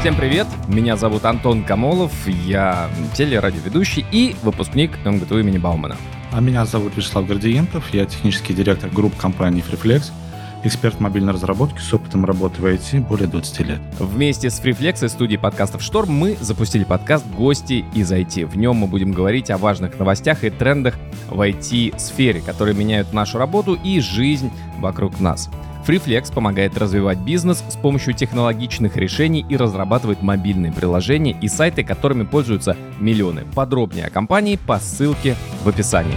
Всем привет, меня зовут Антон Камолов, я телерадиоведущий и выпускник МГТУ имени Баумана. А меня зовут Вячеслав Гордиенков, я технический директор группы компании Freeflex, эксперт мобильной разработки с опытом работы в IT более 20 лет. Вместе с Freeflex и студией подкастов «Шторм» мы запустили подкаст «Гости из IT». В нем мы будем говорить о важных новостях и трендах в IT-сфере, которые меняют нашу работу и жизнь вокруг нас. Freeflex помогает развивать бизнес с помощью технологичных решений и разрабатывает мобильные приложения и сайты, которыми пользуются миллионы. Подробнее о компании по ссылке в описании.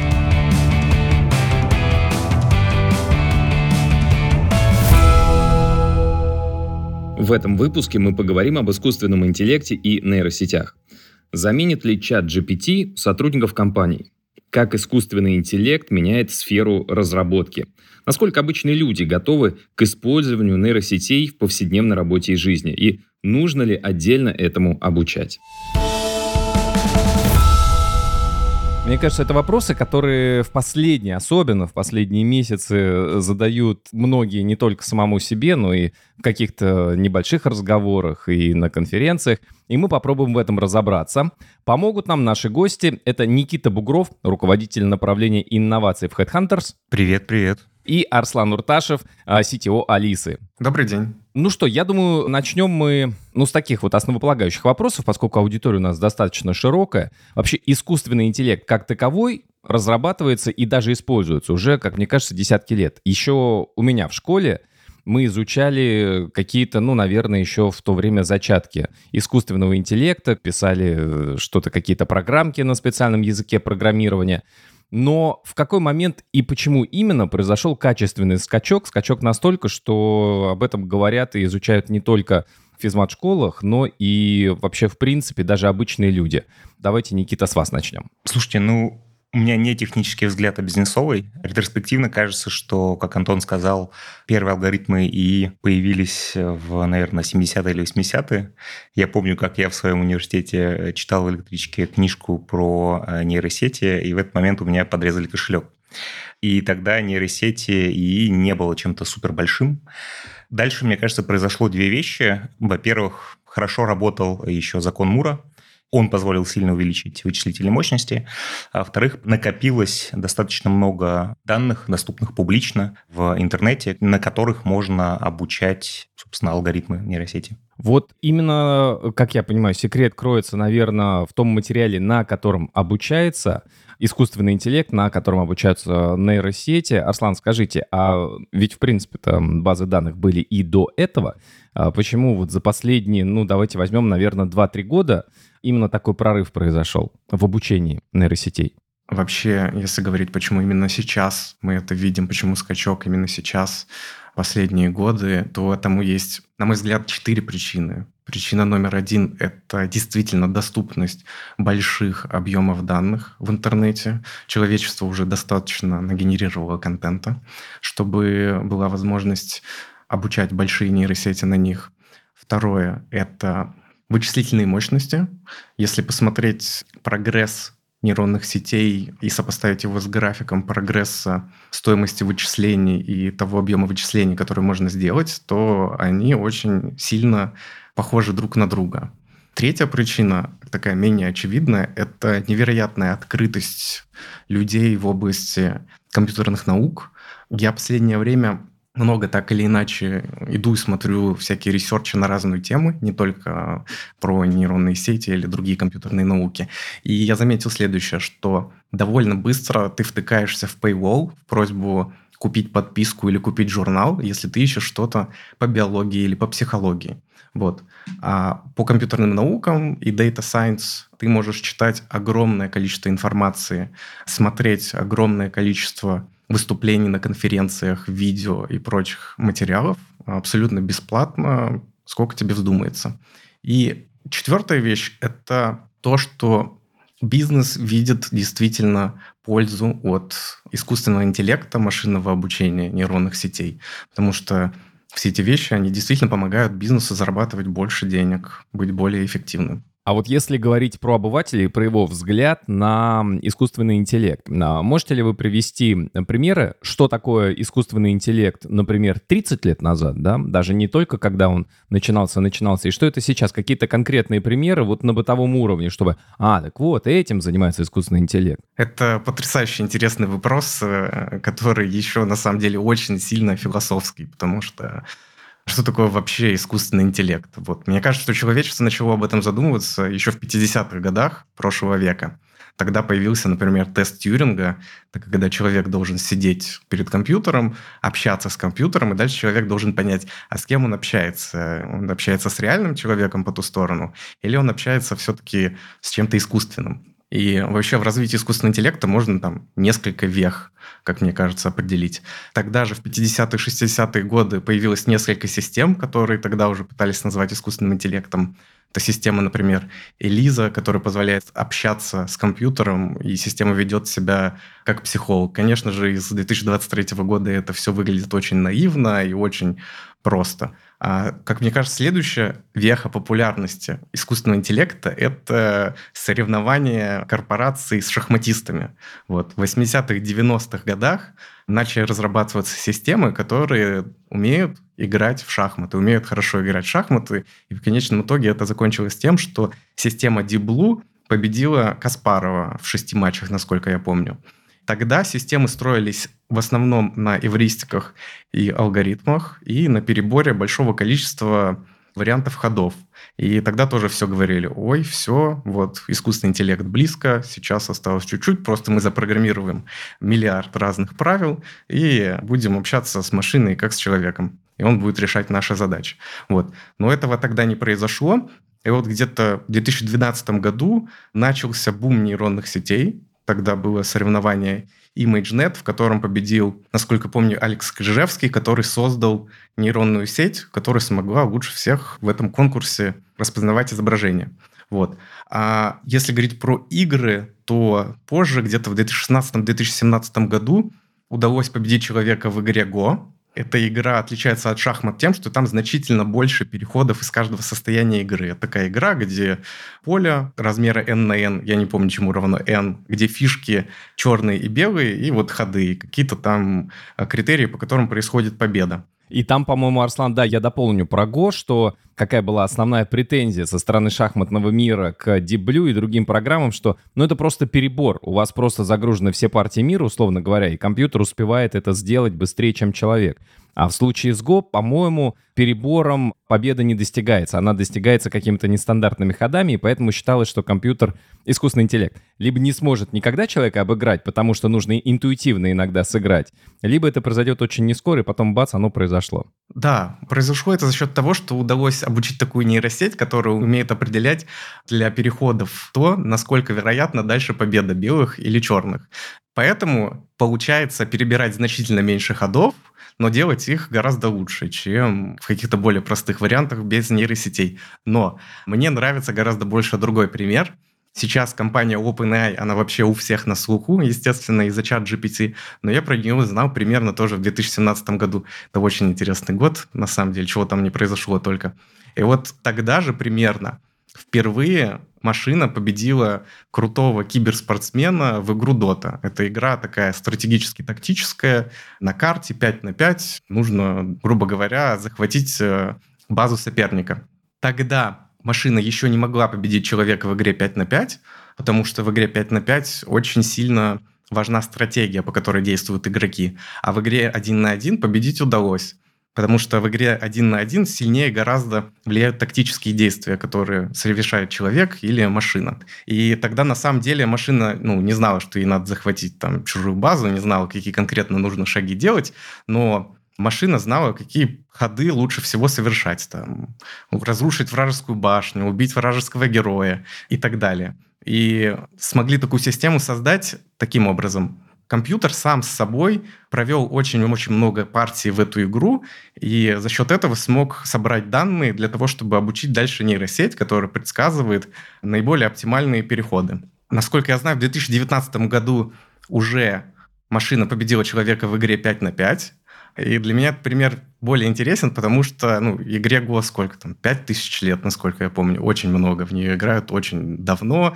В этом выпуске мы поговорим об искусственном интеллекте и нейросетях. Заменит ли чат GPT сотрудников компаний? Как искусственный интеллект меняет сферу разработки? Насколько обычные люди готовы к использованию нейросетей в повседневной работе и жизни? И нужно ли отдельно этому обучать? Мне кажется, это вопросы, которые особенно в последние месяцы задают многие не только самому себе, но и в каких-то небольших разговорах и на конференциях. И мы попробуем в этом разобраться. Помогут нам наши гости. Это Никита Бугров, руководитель направления инноваций в Headhunters. Привет. И Арслан Урташев, CTO Алисы. Добрый день. Ну что, я думаю, начнем мы с таких вот основополагающих вопросов, поскольку аудитория у нас достаточно широкая. Вообще искусственный интеллект как таковой разрабатывается и даже используется уже, как мне кажется, десятки лет. Еще у меня в школе мы изучали какие-то, наверное, еще в то время зачатки искусственного интеллекта, писали какие-то программки на специальном языке программирования. Но в какой момент и почему именно произошел качественный скачок настолько, что об этом говорят и изучают не только в физмат-школах, но и вообще, в принципе, даже обычные люди. Давайте, Никита, с вас начнем. Слушайте, у меня не технический взгляд, а бизнесовый. Ретроспективно кажется, что, как Антон сказал, первые алгоритмы ИИ появились наверное, 70-е или 80-е. Я помню, как я в своем университете читал в электричке книжку про нейросети, и в этот момент у меня подрезали кошелек. И тогда нейросети ИИ не было чем-то супер большим. Дальше, мне кажется, произошло две вещи. Во-первых, хорошо работал еще закон Мура. Он позволил сильно увеличить вычислительные мощности. А во-вторых, накопилось достаточно много данных, доступных публично в интернете, на которых можно обучать, собственно, алгоритмы нейросети. Вот именно, как я понимаю, секрет кроется, наверное, в том материале, на котором обучается искусственный интеллект, на котором обучаются нейросети. Арслан, скажите, а ведь, в принципе-то, базы данных были и до этого. Почему вот за последние, давайте возьмем, наверное, 2-3 года именно такой прорыв произошел в обучении нейросетей? Вообще, если говорить, почему именно сейчас мы это видим, почему скачок именно сейчас, последние годы, то этому есть, на мой взгляд, 4 причины. Причина номер 1 – это действительно доступность больших объемов данных в интернете. Человечество уже достаточно нагенерировало контента, чтобы была возможность обучать большие нейросети на них. Второе – это вычислительные мощности. Если посмотреть прогресс нейронных сетей и сопоставить его с графиком прогресса стоимости вычислений и того объема вычислений, который можно сделать, то они очень сильно похожи друг на друга. Третья причина, такая менее очевидная, это невероятная открытость людей в области компьютерных наук. Я в последнее время много так или иначе иду и смотрю всякие ресерчи на разную тему, не только про нейронные сети или другие компьютерные науки. И я заметил следующее, что довольно быстро ты втыкаешься в paywall, в просьбу купить подписку или купить журнал, если ты ищешь что-то по биологии или по психологии. Вот. А по компьютерным наукам и data science ты можешь читать огромное количество информации, смотреть огромное количество выступлений на конференциях, видео и прочих материалов абсолютно бесплатно, сколько тебе вздумается. И четвертая вещь – это то, что бизнес видит действительно пользу от искусственного интеллекта, машинного обучения, нейронных сетей, потому что все эти вещи, они действительно помогают бизнесу зарабатывать больше денег, быть более эффективным. А вот если говорить про обывателя и про его взгляд на искусственный интеллект, можете ли вы привести примеры, что такое искусственный интеллект, например, 30 лет назад, да, даже не только когда он начинался, и что это сейчас, какие-то конкретные примеры вот на бытовом уровне, чтобы, так вот, этим занимается искусственный интеллект? Это потрясающе интересный вопрос, который еще на самом деле очень сильно философский, потому что такое вообще искусственный интеллект? Вот. Мне кажется, что человечество начало об этом задумываться еще в 50-х годах прошлого века. Тогда появился, например, тест Тьюринга, когда человек должен сидеть перед компьютером, общаться с компьютером, и дальше человек должен понять, а с кем он общается. Он общается с реальным человеком по ту сторону, или он общается все-таки с чем-то искусственным. И вообще в развитии искусственного интеллекта можно там несколько вех, как мне кажется, определить. Тогда же в 50-е, 60-е годы появилось несколько систем, которые тогда уже пытались назвать искусственным интеллектом. Это система, например, Элиза, которая позволяет общаться с компьютером, и система ведет себя как психолог. Конечно же, из 2023 года это все выглядит очень наивно и очень просто. А, как мне кажется, следующая веха популярности искусственного интеллекта – это соревнования корпораций с шахматистами. Вот. В 80-х, 90-х годах начали разрабатываться системы, которые умеют играть в шахматы, умеют хорошо играть в шахматы. И в конечном итоге это закончилось тем, что система Deep Blue победила Каспарова в 6 матчах, насколько я помню. Тогда системы строились в основном на эвристиках и алгоритмах, и на переборе большого количества вариантов ходов. И тогда тоже все говорили, ой, все, вот искусственный интеллект близко, сейчас осталось чуть-чуть, просто мы запрограммируем миллиард разных правил и будем общаться с машиной как с человеком, и он будет решать наши задачи. Вот. Но этого тогда не произошло, и вот где-то в 2012 году начался бум нейронных сетей. Тогда было соревнование ImageNet, в котором победил, насколько помню, Алекс Крижевский, который создал нейронную сеть, которая смогла лучше всех в этом конкурсе распознавать изображения. Вот. А если говорить про игры, то позже, где-то в 2016-2017 году, удалось победить человека в игре Go. Эта игра отличается от шахмат тем, что там значительно больше переходов из каждого состояния игры. Это такая игра, где поле размера n на n, я не помню, чему равно n, где фишки черные и белые, и вот ходы, и какие-то там критерии, по которым происходит победа. И там, по-моему, Арслан, да, я дополню про Go, что какая была основная претензия со стороны шахматного мира к Deep Blue и другим программам, что, это просто перебор. У вас просто загружены все партии мира, условно говоря, и компьютер успевает это сделать быстрее, чем человек. А в случае с Go, по-моему, перебором победа не достигается. Она достигается какими-то нестандартными ходами, и поэтому считалось, что компьютер, искусственный интеллект, либо не сможет никогда человека обыграть, потому что нужно интуитивно иногда сыграть, либо это произойдет очень нескоро, и потом бац, оно произошло. Да, произошло это за счет того, что удалось обучить такую нейросеть, которая умеет определять для переходов то, насколько вероятна дальше победа белых или черных. Поэтому получается перебирать значительно меньше ходов, но делать их гораздо лучше, чем в каких-то более простых вариантах без нейросетей. Но мне нравится гораздо больше другой пример. Сейчас компания OpenAI, она вообще у всех на слуху, естественно, из-за ChatGPT, но я про нее знал примерно тоже в 2017 году. Это очень интересный год, на самом деле, чего там не произошло только. И вот тогда же примерно впервые машина победила крутого киберспортсмена в игру Dota. Это игра такая стратегически-тактическая, на карте 5 на 5. Нужно, грубо говоря, захватить базу соперника. Тогда машина еще не могла победить человека в игре 5 на 5, потому что в игре 5 на 5 очень сильно важна стратегия, по которой действуют игроки. А в игре 1 на 1 победить удалось. Потому что в игре 1 на 1 сильнее гораздо влияют тактические действия, которые совершает человек или машина. И тогда на самом деле машина не знала, что ей надо захватить там чужую базу, не знала, какие конкретно нужно шаги делать, но машина знала, какие ходы лучше всего совершать. Там, разрушить вражескую башню, убить вражеского героя и так далее. И смогли такую систему создать таким образом. Компьютер сам с собой провел очень-очень много партий в эту игру, и за счет этого смог собрать данные для того, чтобы обучить дальше нейросеть, которая предсказывает наиболее оптимальные переходы. Насколько я знаю, в 2019 году уже машина победила человека в игре 5 на 5, И для меня этот пример более интересен, потому что игре Go сколько там, 5000 лет, насколько я помню, очень много. В нее играют очень давно,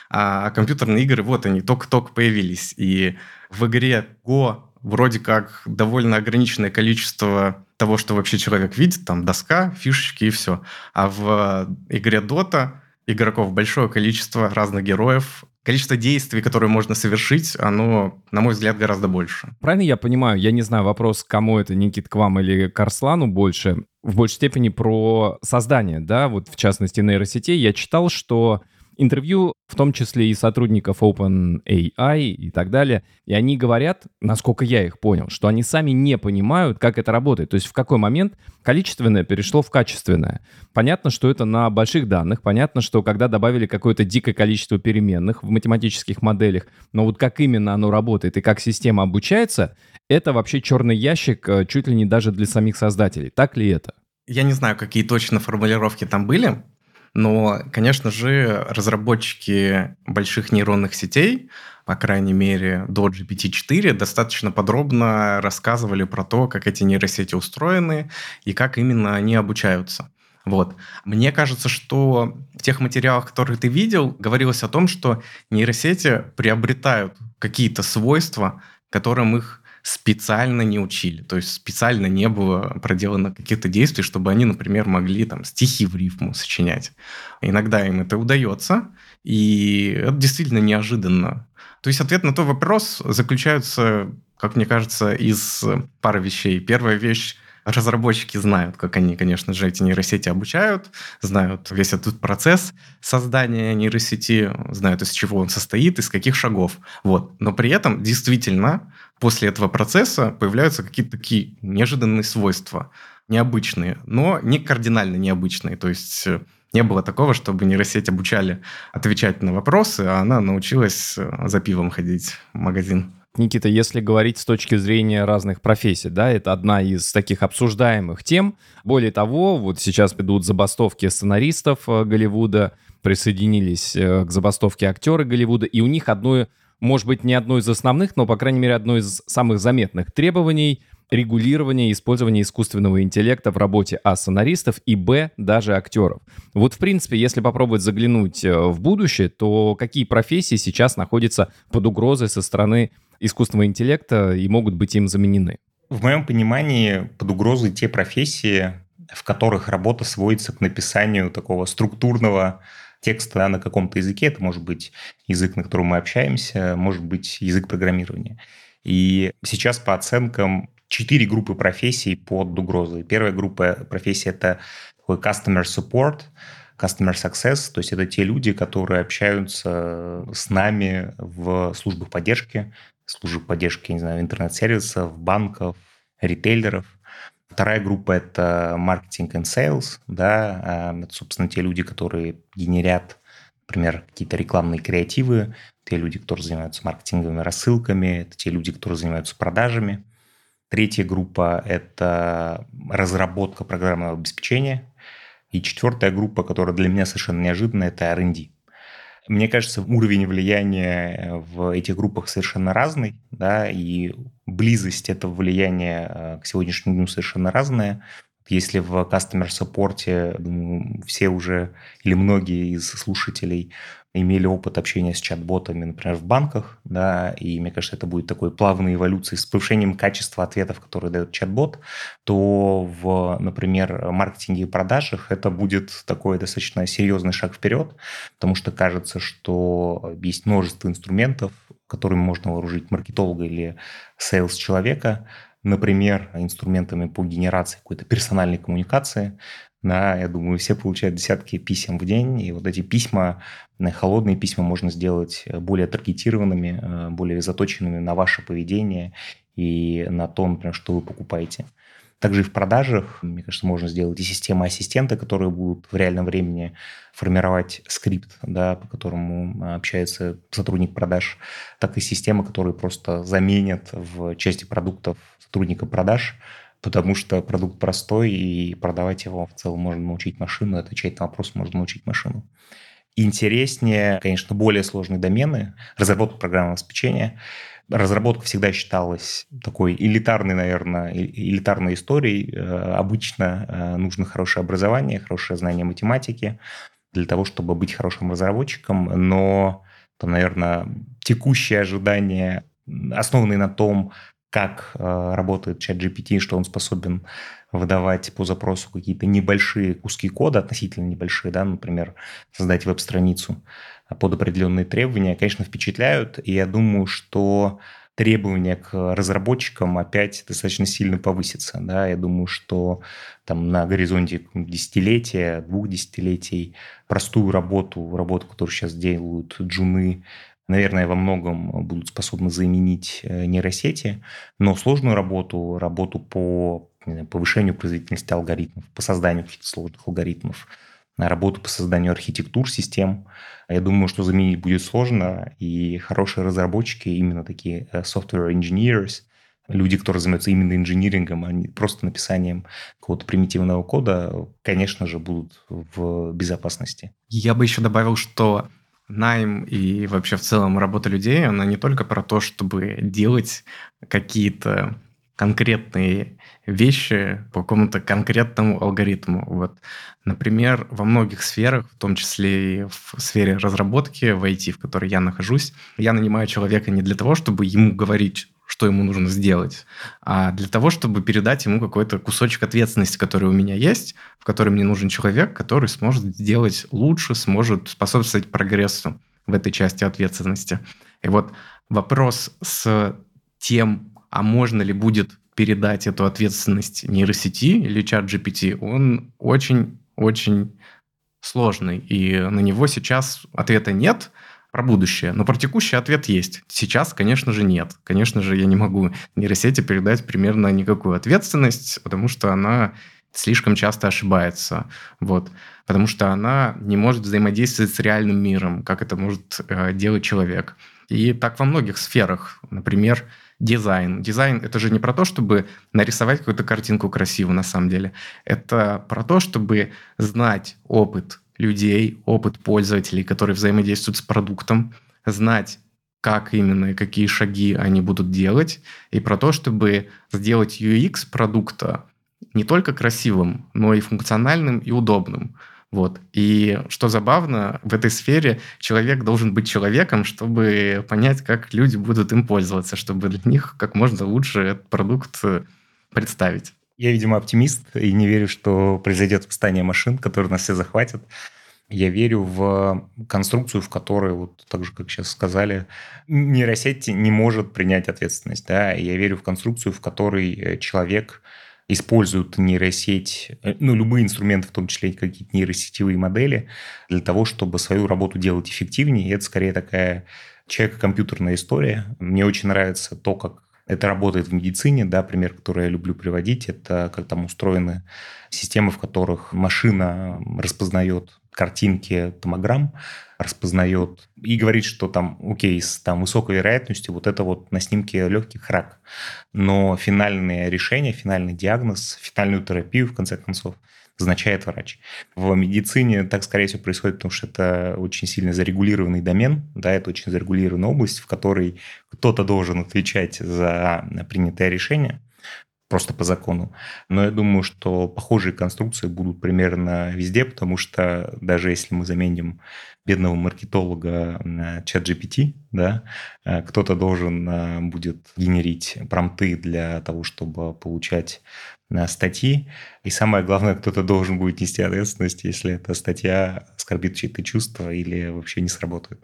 а компьютерные игры, вот они, только-только появились. И в игре Go вроде как довольно ограниченное количество того, что вообще человек видит, там доска, фишечки и все. А в игре Dota игроков большое количество разных героев, количество действий, которые можно совершить, оно, на мой взгляд, гораздо больше. Правильно я понимаю, я не знаю, вопрос, кому это, Никит, к вам или к Арслану больше, в большей степени про создание, да, вот в частности нейросетей. Я читал, что интервью, в том числе и сотрудников OpenAI и так далее, и они говорят, насколько я их понял, что они сами не понимают, как это работает. То есть в какой момент количественное перешло в качественное. Понятно, что это на больших данных, понятно, что когда добавили какое-то дикое количество переменных в математических моделях, но вот как именно оно работает и как система обучается, это вообще черный ящик чуть ли не даже для самих создателей. Так ли это? Я не знаю, какие точно формулировки там были, но, конечно же, разработчики больших нейронных сетей, по крайней мере, до GPT-4, достаточно подробно рассказывали про то, как эти нейросети устроены и как именно они обучаются. Вот. Мне кажется, что в тех материалах, которые ты видел, говорилось о том, что нейросети приобретают какие-то свойства, которым их специально не учили. То есть специально не было проделано каких-то действий, чтобы они, например, могли там стихи в рифму сочинять. Иногда им это удается, и это действительно неожиданно. То есть ответ на твой вопрос заключается, как мне кажется, из пары вещей. Первая вещь: разработчики знают, как они, конечно же, эти нейросети обучают, знают весь этот процесс создания нейросети, знают, из чего он состоит, из каких шагов. Вот. Но при этом действительно после этого процесса появляются какие-то такие неожиданные свойства, необычные, но не кардинально необычные. То есть не было такого, чтобы нейросеть обучали отвечать на вопросы, а она научилась за пивом ходить в магазин. Никита, если говорить с точки зрения разных профессий, да, это одна из таких обсуждаемых тем. Более того, вот сейчас идут забастовки сценаристов Голливуда, присоединились к забастовке актеры Голливуда, и у них может быть, не одно из основных, но, по крайней мере, одно из самых заметных требований — регулирование использования искусственного интеллекта в работе сценаристов и даже актеров. Вот, в принципе, если попробовать заглянуть в будущее, то какие профессии сейчас находятся под угрозой со стороны искусственного интеллекта и могут быть им заменены? В моем понимании под угрозой те профессии, в которых работа сводится к написанию такого структурного текста на каком-то языке. Это может быть язык, на котором мы общаемся, может быть язык программирования. И сейчас по оценкам 4 группы профессий под угрозой. Первая группа профессий – это такой customer support, customer success, то есть это те люди, которые общаются с нами в службах поддержки, не знаю, интернет-сервисов, банков, ритейлеров. Вторая группа – это marketing and sales, да, это, собственно, те люди, которые генерят, например, какие-то рекламные креативы, те люди, которые занимаются маркетинговыми рассылками, это те люди, которые занимаются продажами. Третья группа – это разработка программного обеспечения. И четвертая группа, которая для меня совершенно неожиданная, это R&D. Мне кажется, уровень влияния в этих группах совершенно разный, да, и близость этого влияния к сегодняшнему дню совершенно разная. Если в customer support, думаю, все уже или многие из слушателей имели опыт общения с чат-ботами, например, в банках, да, и мне кажется, это будет такой плавной эволюцией с повышением качества ответов, которые дает чат-бот, то в, например, маркетинге и продажах это будет такой достаточно серьезный шаг вперед, потому что кажется, что есть множество инструментов, которыми можно вооружить маркетолога или сейлс-человека, например, инструментами по генерации какой-то персональной коммуникации. Да, я думаю, все получают десятки писем в день, и вот эти письма, холодные письма можно сделать более таргетированными, более заточенными на ваше поведение и на то, например, что вы покупаете. Также и в продажах, мне кажется, можно сделать и системы ассистента, которые будут в реальном времени формировать скрипт, да, по которому общается сотрудник продаж, так и системы, которые просто заменят в части продуктов сотрудника продаж, потому что продукт простой, и продавать его в целом можно научить машину, отвечать на вопрос можно научить машину. интереснее, конечно, более сложные домены, разработка программного обеспечения. Разработка всегда считалась такой элитарной, наверное, элитарной историей. Обычно нужно хорошее образование, хорошее знание математики для того, чтобы быть хорошим разработчиком, но, там, наверное, текущие ожидания, основанные на том, как работает ChatGPT, что он способен выдавать по запросу какие-то небольшие куски кода, относительно небольшие, да, например, создать веб-страницу под определенные требования, конечно, впечатляют. И я думаю, что требования к разработчикам опять достаточно сильно повысятся. Да? Я думаю, что там на горизонте десятилетия, 2 десятилетий простую работу, которую сейчас делают джуны, наверное, во многом будут способны заменить нейросети, но сложную работу по повышению производительности алгоритмов, по созданию каких-то сложных алгоритмов, работу по созданию архитектур систем, я думаю, что заменить будет сложно, и хорошие разработчики, именно такие software engineers, люди, которые занимаются именно инжинирингом, а не просто написанием какого-то примитивного кода, конечно же, будут в безопасности. Я бы еще добавил, что найм и вообще в целом работа людей, она не только про то, чтобы делать какие-то конкретные вещи по какому-то конкретному алгоритму. Вот. Например, во многих сферах, в том числе и в сфере разработки, в IT, в которой я нахожусь, я нанимаю человека не для того, чтобы ему говорить, что ему нужно сделать, а для того, чтобы передать ему какой-то кусочек ответственности, который у меня есть, в который мне нужен человек, который сможет сделать лучше, сможет способствовать прогрессу в этой части ответственности. И вот вопрос с тем, а можно ли будет передать эту ответственность нейросети или чат-GPT, он очень-очень сложный. И на него сейчас ответа нет про будущее, но про текущий ответ есть. Сейчас, конечно же, нет. Конечно же, я не могу нейросети передать примерно никакую ответственность, потому что она слишком часто ошибается. Вот. Потому что она не может взаимодействовать с реальным миром, как это может делать человек. И так во многих сферах. Например, дизайн. Дизайн – это же не про то, чтобы нарисовать какую-то картинку красивую на самом деле. Это про то, чтобы знать опыт людей, опыт пользователей, которые взаимодействуют с продуктом, знать, как именно и какие шаги они будут делать, и про то, чтобы сделать UX продукта не только красивым, но и функциональным и удобным. Вот. И что забавно, в этой сфере человек должен быть человеком, чтобы понять, как люди будут им пользоваться, чтобы для них как можно лучше этот продукт представить. Я, видимо, оптимист и не верю, что произойдет восстание машин, которые нас все захватят. Я верю в конструкцию, в которой, вот так же, как сейчас сказали, нейросеть не может принять ответственность. Да? Я верю в конструкцию, в которой человек используют нейросеть, любые инструменты, в том числе какие-то нейросетевые модели, для того, чтобы свою работу делать эффективнее. И это скорее такая человеко-компьютерная история. Мне очень нравится то, как это работает в медицине, да, пример, который я люблю приводить, это как там устроены системы, в которых машина распознает картинки томограмм, распознает и говорит, что там, окей, с там, высокой вероятностью вот это вот на снимке легких рак. Но финальное решение, финальный диагноз, финальную терапию, в конце концов, назначает врач. В медицине так, скорее всего, происходит, потому что это очень сильно зарегулированный домен, да, это очень зарегулированная область, в которой кто-то должен отвечать за принятое решение, просто по закону. Но я думаю, что похожие конструкции будут примерно везде, потому что даже если мы заменим бедного маркетолога на ChatGPT, да, кто-то должен будет генерить промпты для того, чтобы получать статьи. И самое главное, кто-то должен будет нести ответственность, если эта статья оскорбит чьи-то чувства или вообще не сработает.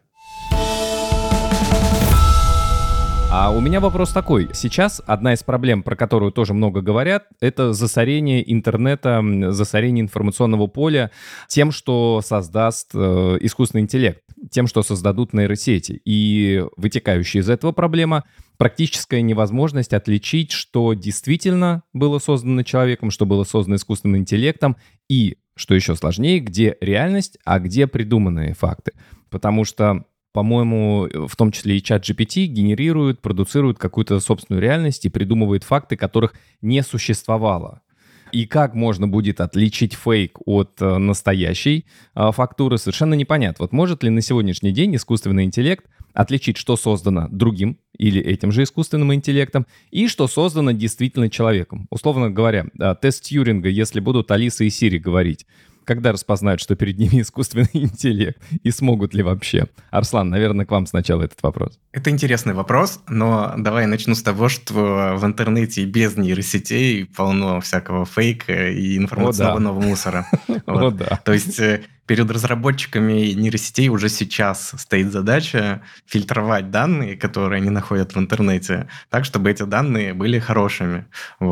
А у меня вопрос такой. Сейчас одна из проблем, про которую тоже много говорят, это засорение интернета, засорение информационного поля тем, что создаст искусственный интеллект, тем, что создадут нейросети. И вытекающая из этого проблема — практическая невозможность отличить, что действительно было создано человеком, что было создано искусственным интеллектом, и, что еще сложнее, где реальность, а где придуманные факты. Потому что, по-моему, в том числе и ChatGPT генерирует, продуцирует какую-то собственную реальность и придумывает факты, которых не существовало. И как можно будет отличить фейк от настоящей фактуры, совершенно непонятно. Вот может ли на сегодняшний день искусственный интеллект отличить, что создано другим или этим же искусственным интеллектом, и что создано действительно человеком? Условно говоря, тест Тьюринга, если будут Алиса и Сири говорить, когда распознают, что перед ними искусственный интеллект, и смогут ли вообще? Арслан, наверное, к вам сначала этот вопрос. Это интересный вопрос, но давай начну с того, что в интернете и без нейросетей полно всякого фейка и информационного мусора. То есть перед разработчиками нейросетей уже сейчас стоит задача фильтровать данные, которые они находят в интернете, так, чтобы эти данные были хорошими.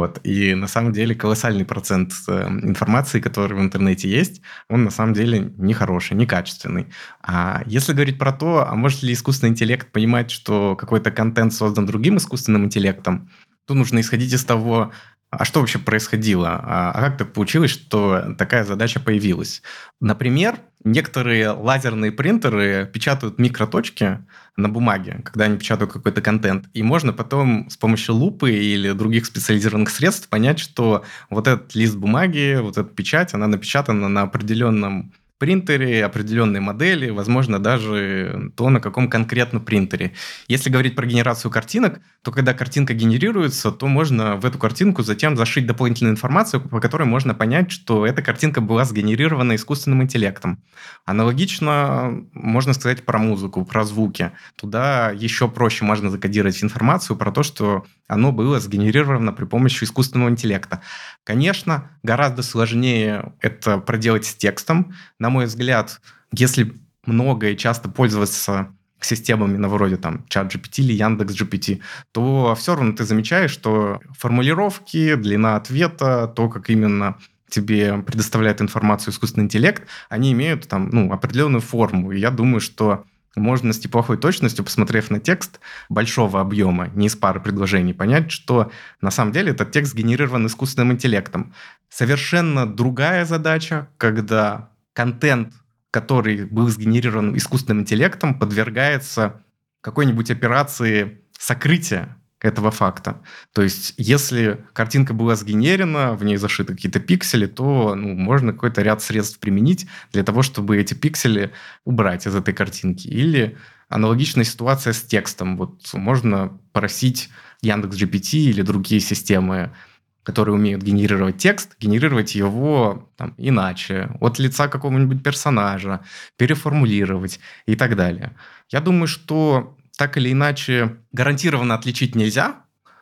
И на самом деле колоссальный процент информации, которая в интернете есть, он на самом деле нехороший, некачественный. А если говорить про то, а может ли искусственный интеллект понимать, что какой-то контент создан другим искусственным интеллектом, то нужно исходить из того, а что вообще происходило? А как так получилось, что такая задача появилась? Например, некоторые лазерные принтеры печатают микроточки на бумаге, когда они печатают какой-то контент, и можно потом с помощью лупы или других специализированных средств понять, что вот этот лист бумаги, вот эта печать, она напечатана на определенном принтере, определенной модели, возможно, даже то, на каком конкретно принтере. Если говорить про генерацию картинок, то когда картинка генерируется, то можно в эту картинку затем зашить дополнительную информацию, по которой можно понять, что эта картинка была сгенерирована искусственным интеллектом. Аналогично можно сказать про музыку, про звуки. Туда еще проще можно закодировать информацию про то, что оно было сгенерировано при помощи искусственного интеллекта. Конечно, гораздо сложнее это проделать с текстом. На мой взгляд, если много и часто пользоваться системами на вроде ChatGPT или Яндекс.GPT, то все равно ты замечаешь, что формулировки, длина ответа, то, как именно тебе предоставляет информацию искусственный интеллект, они имеют определенную форму. И я думаю, что можно с неплохой точностью, посмотрев на текст большого объема, не из пары предложений, понять, что на самом деле этот текст генерирован искусственным интеллектом. Совершенно другая задача, когда контент, который был сгенерирован искусственным интеллектом, подвергается какой-нибудь операции сокрытия этого факта. То есть, если картинка была сгенерена, в ней зашиты какие-то пиксели, то можно какой-то ряд средств применить для того, чтобы эти пиксели убрать из этой картинки. Или аналогичная ситуация с текстом. Можно просить Яндекс.GPT или другие системы, которые умеют генерировать текст, генерировать его иначе, от лица какого-нибудь персонажа, переформулировать и так далее. Я думаю, что так или иначе гарантированно отличить нельзя,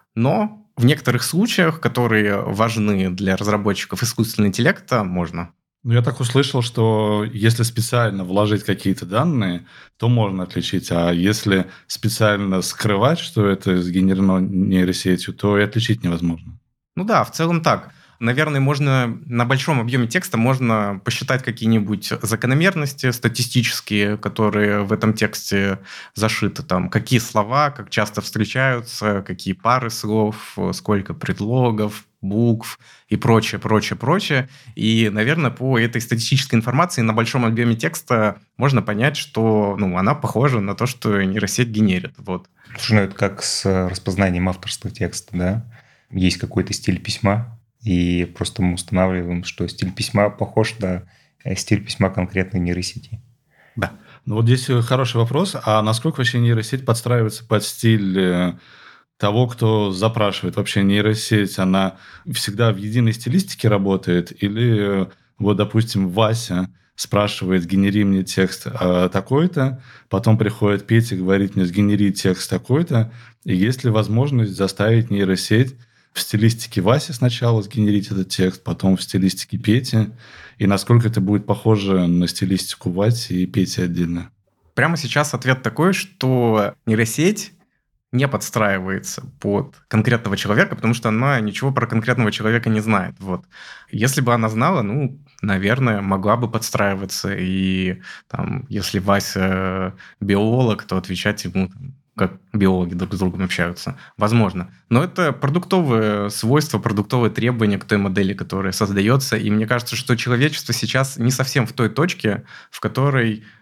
но в некоторых случаях, которые важны для разработчиков искусственного интеллекта, можно. Я так услышал, что если специально вложить какие-то данные, то можно отличить. А если специально скрывать, что это сгенерировано нейросетью, то и отличить невозможно. Да, в целом так. Наверное, можно на большом объеме текста можно посчитать какие-нибудь закономерности статистические, которые в этом тексте зашиты. Какие слова, как часто встречаются, какие пары слов, сколько предлогов, букв и прочее, прочее, прочее. И, наверное, по этой статистической информации на большом объеме текста можно понять, что она похожа на то, что нейросеть генерит. Слушай, это как с распознанием авторского текста, да? Есть какой-то стиль письма, и просто мы устанавливаем, что стиль письма похож на стиль письма конкретной нейросети. Да. Здесь хороший вопрос. А насколько вообще нейросеть подстраивается под стиль того, кто запрашивает? Вообще нейросеть, она всегда в единой стилистике работает? Или, допустим, Вася спрашивает, генери мне текст такой-то, потом приходит Петя и говорит мне, сгенери текст такой-то, и есть ли возможность заставить нейросеть в стилистике Васи сначала сгенерить этот текст, потом в стилистике Пети, и насколько это будет похоже на стилистику Васи и Пети отдельно? Прямо сейчас ответ такой, что нейросеть не подстраивается под конкретного человека, потому что она ничего про конкретного человека не знает. Если бы она знала, наверное, могла бы подстраиваться. И если Вася биолог, то отвечать ему как биологи друг с другом общаются. Возможно. Но это продуктовые свойства, продуктовые требования к той модели, которая создается. И мне кажется, что человечество сейчас не совсем в той точке, в которой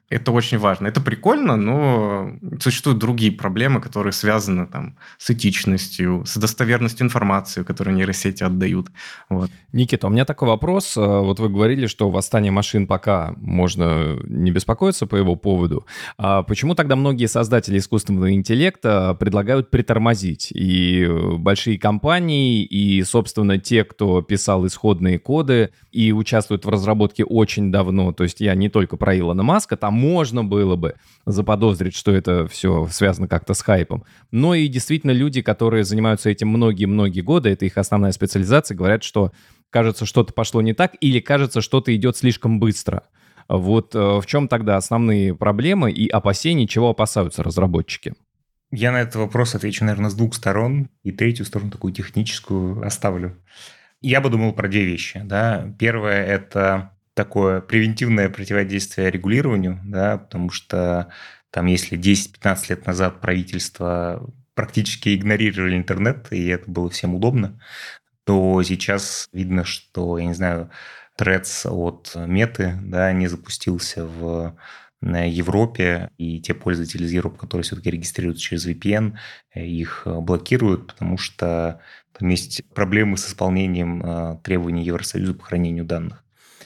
Это очень важно. Это прикольно, но существуют другие проблемы, которые связаны там, с этичностью, с достоверностью информации, которую нейросети отдают. Вот. Никита, у меня такой вопрос. Вот вы говорили, что восстание машин пока можно не беспокоиться по его поводу. А почему тогда многие создатели искусственного интеллекта предлагают притормозить? И большие компании, и, собственно, те, кто писал исходные коды и участвуют в разработке очень давно, то есть я не только про Илона Маска, там можно было бы заподозрить, что это все связано как-то с хайпом, но и действительно люди, которые занимаются этим многие-многие годы, это их основная специализация, говорят, что кажется, что-то пошло не так, или кажется, что-то идет слишком быстро. Вот в чем тогда основные проблемы и опасения, чего опасаются разработчики? Я на этот вопрос отвечу, наверное, с двух сторон, и третью сторону, такую техническую, оставлю. Я бы думал про две вещи. Да. Первое – это такое превентивное противодействие регулированию, да, потому что там, если 10-15 лет назад правительство практически игнорировали интернет, и это было всем удобно, то сейчас видно, что, я не знаю, Threads от Меты, да, не запустился в Европе, и те пользователи из Европы, которые все-таки регистрируются через VPN, их блокируют, потому что там есть проблемы с исполнением требований Евросоюза по хранению данных.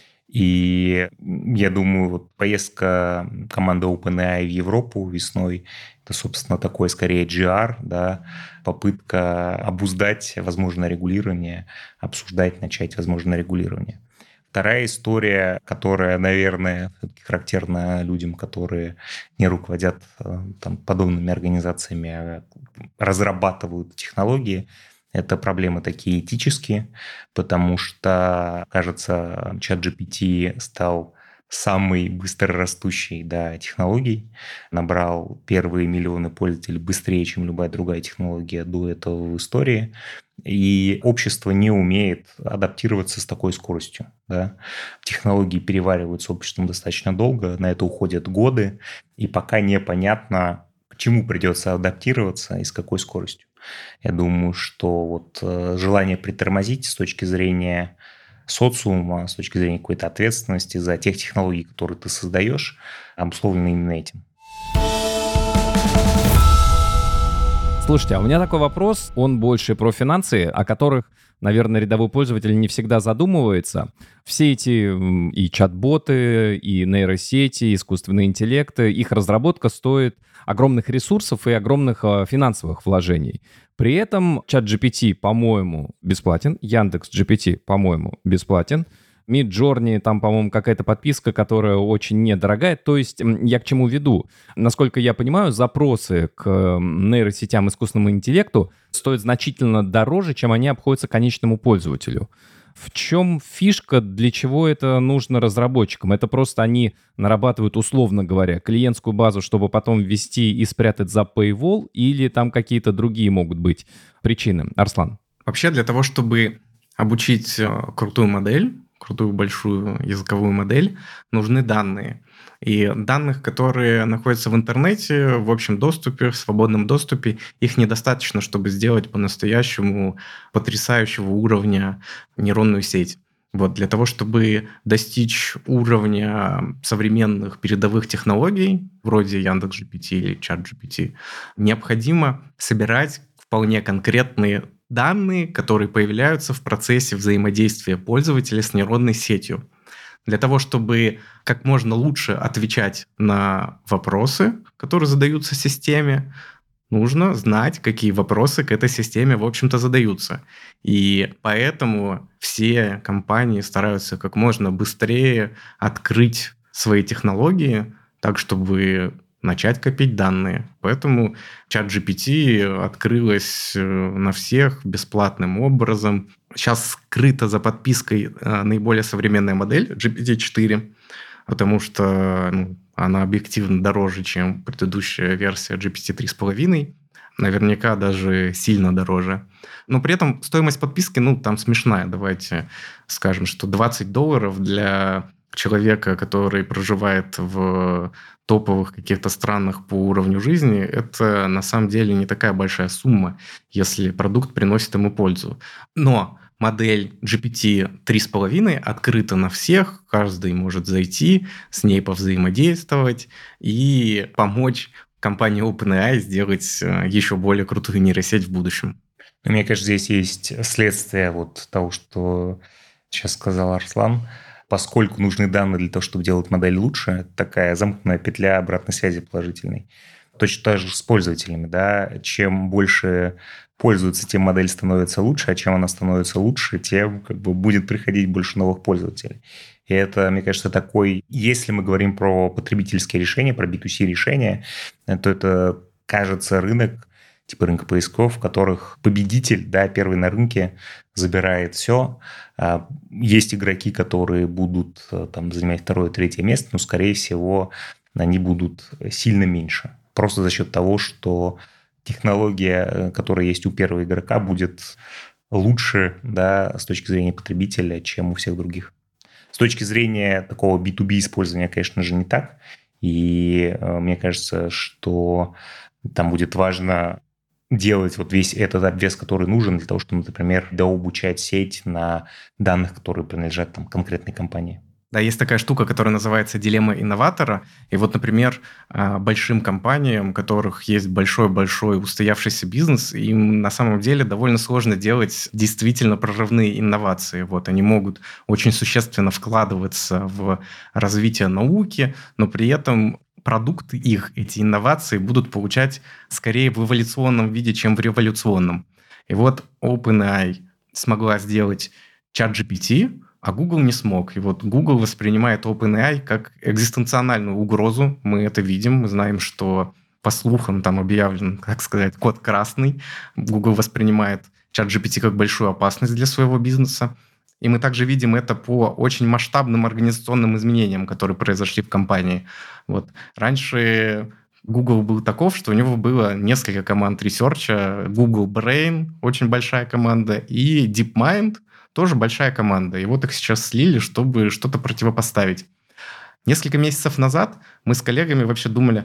И я думаю, вот поездка команды OpenAI в Европу весной, это, собственно, такой скорее GR, да, попытка обуздать возможное регулирование, обсуждать, начать возможное регулирование. Вторая история, которая, наверное, характерна людям, которые не руководят там, подобными организациями, а разрабатывают технологии, это проблемы такие этические, потому что, кажется, ChatGPT стал самой быстрорастущей технологией, набрал первые миллионы пользователей быстрее, чем любая другая технология до этого в истории, и общество не умеет адаптироваться с такой скоростью. Да. Технологии перевариваются обществом достаточно долго, на это уходят годы, и пока непонятно, к чему придется адаптироваться и с какой скоростью. Я думаю, что вот желание притормозить с точки зрения социума, с точки зрения какой-то ответственности за тех технологий, которые ты создаешь, обусловлено именно этим. Слушайте, а у меня такой вопрос, он больше про финансы, о которых, наверное, рядовой пользователь не всегда задумывается. Все эти и чат-боты, и нейросети, искусственные интеллекты, их разработка стоит огромных ресурсов и огромных финансовых вложений. При этом ChatGPT, по-моему, бесплатен, Яндекс.GPT, по-моему, бесплатен, Midjourney, там, по-моему, какая-то подписка, которая очень недорогая. То есть я к чему веду? Насколько я понимаю, запросы к нейросетям, искусственному интеллекту стоят значительно дороже, чем они обходятся конечному пользователю. В чем фишка, для чего это нужно разработчикам? Это просто они нарабатывают, условно говоря, клиентскую базу, чтобы потом ввести и спрятать за paywall, или там какие-то другие могут быть причины? Арслан. Вообще для того, чтобы обучить крутую модель, крутую большую языковую модель, нужны данные. И данных, которые находятся в интернете, в общем доступе, в свободном доступе, их недостаточно, чтобы сделать по-настоящему потрясающего уровня нейронную сеть. Вот, для того, чтобы достичь уровня современных передовых технологий, вроде Яндекс.GPT или ChatGPT, необходимо собирать вполне конкретные данные, которые появляются в процессе взаимодействия пользователя с нейронной сетью. Для того, чтобы как можно лучше отвечать на вопросы, которые задаются системе, нужно знать, какие вопросы к этой системе, в общем-то, задаются. И поэтому все компании стараются как можно быстрее открыть свои технологии так, чтобы начать копить данные. Поэтому ChatGPT открылась на всех бесплатным образом. Сейчас скрыта за подпиской наиболее современная модель GPT-4, потому что она объективно дороже, чем предыдущая версия GPT-3,5. Наверняка даже сильно дороже. Но при этом стоимость подписки, там смешная. Давайте скажем, что $20 для человека, который проживает в топовых каких-то странах по уровню жизни, это на самом деле не такая большая сумма, если продукт приносит ему пользу. Но модель GPT 3.5 открыта на всех, каждый может зайти, с ней повзаимодействовать и помочь компании OpenAI сделать еще более крутую нейросеть в будущем. Мне кажется, здесь есть следствие вот того, что сейчас сказал Арслан. Поскольку нужны данные для того, чтобы делать модель лучше, такая замкнутая петля обратной связи положительной. Точно так же с пользователями. Да? Чем больше пользуются, тем модель становится лучше, а чем она становится лучше, тем будет приходить больше новых пользователей. И это, мне кажется, такой... Если мы говорим про потребительские решения, про B2C решения, то это, кажется, рынок, типа рынка поисков, в которых победитель, да, первый на рынке, забирает все. Есть игроки, которые будут там занимать второе, третье место, но, скорее всего, они будут сильно меньше. Просто за счет того, что технология, которая есть у первого игрока, будет лучше, да, с точки зрения потребителя, чем у всех других. С точки зрения такого B2B использования, конечно же, не так. И мне кажется, что там будет важно делать вот весь этот обвес, который нужен для того, чтобы, например, дообучать сеть на данных, которые принадлежат там конкретной компании. Да, есть такая штука, которая называется дилемма инноватора. И вот, например, большим компаниям, у которых есть большой-большой устоявшийся бизнес, им на самом деле довольно сложно делать действительно прорывные инновации. Вот, они могут очень существенно вкладываться в развитие науки, но при этом продукты их, эти инновации, будут получать скорее в эволюционном виде, чем в революционном. И вот OpenAI смогла сделать ChatGPT, а Google не смог. И вот Google воспринимает OpenAI как экзистенциональную угрозу. Мы это видим. Мы знаем, что по слухам там объявлен, как сказать, код красный. Google воспринимает ChatGPT как большую опасность для своего бизнеса. И мы также видим это по очень масштабным организационным изменениям, которые произошли в компании. Вот. Раньше Google был таков, что у него было несколько команд ресерча. Google Brain, очень большая команда, и DeepMind, тоже большая команда. И вот их сейчас слили, чтобы что-то противопоставить. Несколько месяцев назад мы с коллегами вообще думали,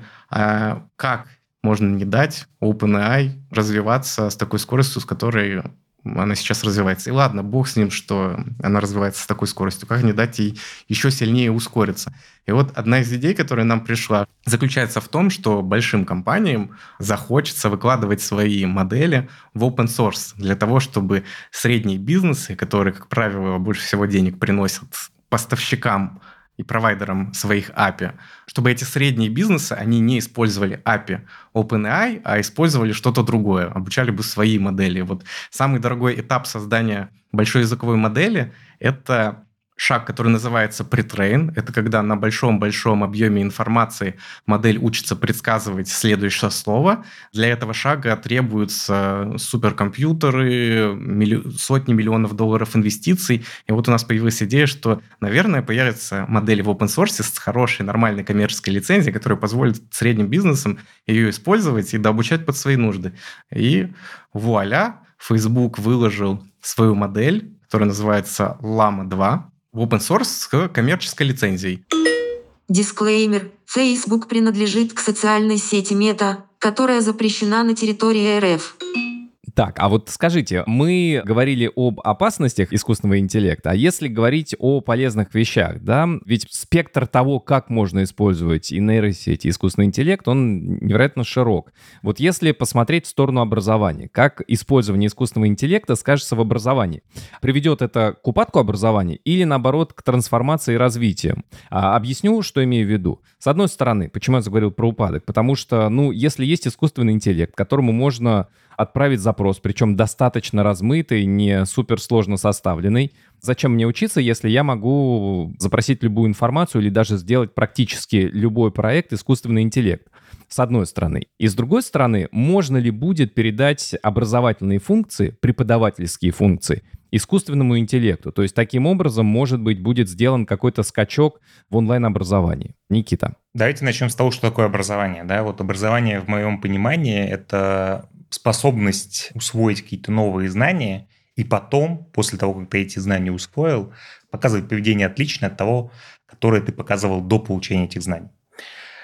как можно не дать OpenAI развиваться с такой скоростью, с которой она сейчас развивается. И ладно, бог с ним, что она развивается с такой скоростью. Как не дать ей еще сильнее ускориться? И вот одна из идей, которая нам пришла, заключается в том, что большим компаниям захочется выкладывать свои модели в open source для того, чтобы средние бизнесы, которые, как правило, больше всего денег приносят поставщикам и провайдерам своих API, чтобы эти средние бизнесы, они не использовали API OpenAI, а использовали что-то другое, обучали бы свои модели. Вот самый дорогой этап создания большой языковой модели — это шаг, который называется pretrain. Это когда на большом-большом объеме информации модель учится предсказывать следующее слово. Для этого шага требуются суперкомпьютеры, сотни миллионов долларов инвестиций. И вот у нас появилась идея, что, наверное, появится модель в open source с хорошей, нормальной коммерческой лицензией, которая позволит средним бизнесам ее использовать и дообучать под свои нужды. И вуаля, Facebook выложил свою модель, которая называется Llama 2, в open source с коммерческой лицензией. Дисклеймер. Facebook принадлежит к социальной сети Meta, которая запрещена на территории РФ. Так, а вот скажите, мы говорили об опасностях искусственного интеллекта, а если говорить о полезных вещах, да, ведь спектр того, как можно использовать и нейросети, и искусственный интеллект, он невероятно широк. Вот если посмотреть в сторону образования, как использование искусственного интеллекта скажется в образовании? Приведет это к упадку образования или, наоборот, к трансформации и развитию? Объясню, что имею в виду. С одной стороны, почему я заговорил про упадок? Потому что, если есть искусственный интеллект, которому можно отправить запрос, причем достаточно размытый, не суперсложно составленный. Зачем мне учиться, если я могу запросить любую информацию или даже сделать практически любой проект искусственный интеллект? С одной стороны. И с другой стороны, можно ли будет передать образовательные функции, преподавательские функции искусственному интеллекту? То есть таким образом, может быть, будет сделан какой-то скачок в онлайн-образовании. Никита. Давайте начнем с того, что такое образование. Да? Вот образование, в моем понимании, это способность усвоить какие-то новые знания и потом, после того, как ты эти знания усвоил, показывать поведение отличное от того, которое ты показывал до получения этих знаний.